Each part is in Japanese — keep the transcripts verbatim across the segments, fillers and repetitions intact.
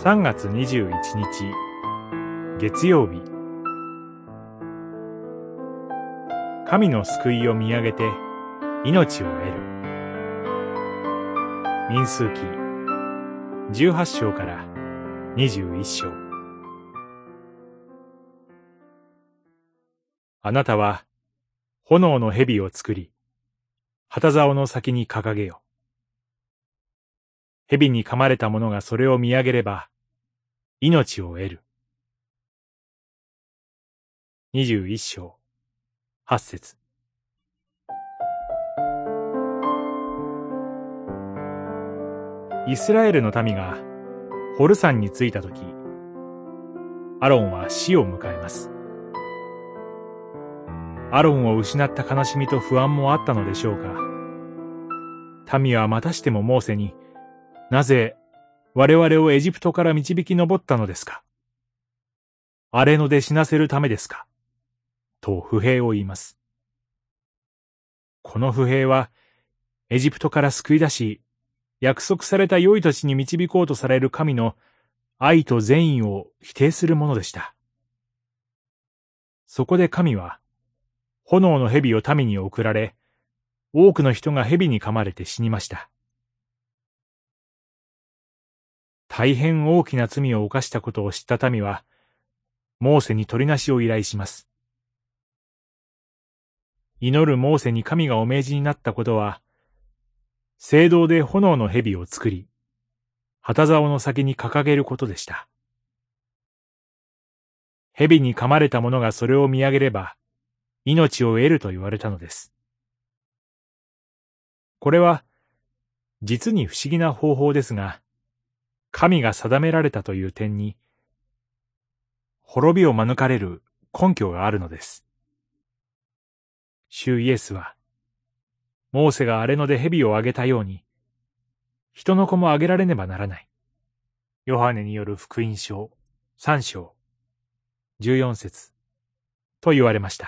さんがつにじゅういちにち月曜日。神の救いを見上げて命を得る。民数記じゅうはちしょうからにじゅういっしょう。あなたは炎の蛇を作り、旗竿の先に掲げよ。蛇に噛まれた者がそれを見上げれば命を得る。にじゅういっしょうはっせつ。イスラエルの民がホル山に着いたとき、アロンは死を迎えます。アロンを失った悲しみと不安もあったのでしょうか。民はまたしてもモーセに、なぜ我々をエジプトから導き上ったのですか。荒れ野で死なせるためですか。と不平を言います。この不平はエジプトから救い出し、約束された良い土地に導こうとされる神の愛と善意を否定するものでした。そこで神は炎の蛇を民に送られ、多くの人が蛇に噛まれて死にました。大変大きな罪を犯したことを知った民は、モーセに取りなしを依頼します。祈るモーセに神がお命じになったことは、聖堂で炎の蛇を作り、旗竿の先に掲げることでした。蛇に噛まれた者がそれを見上げれば、命を得ると言われたのです。これは、実に不思議な方法ですが、神が定められたという点に、滅びを免れる根拠があるのです。主イエスは、モーセが荒れ野で蛇をあげたように、人の子もあげられねばならない。ヨハネによる福音書さんしょうじゅうよんせつと言われました。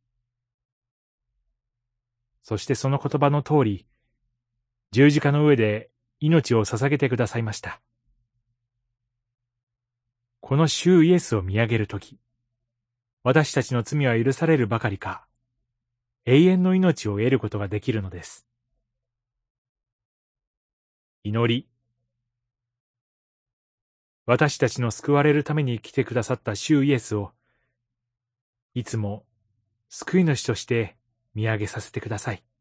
そしてその言葉の通り、十字架の上で命を捧げてくださいました。この主イエスを見上げるとき、私たちの罪は許されるばかりか、永遠の命を得ることができるのです。祈り。私たちの救われるために来てくださった主イエスを、いつも救い主として見上げさせてください。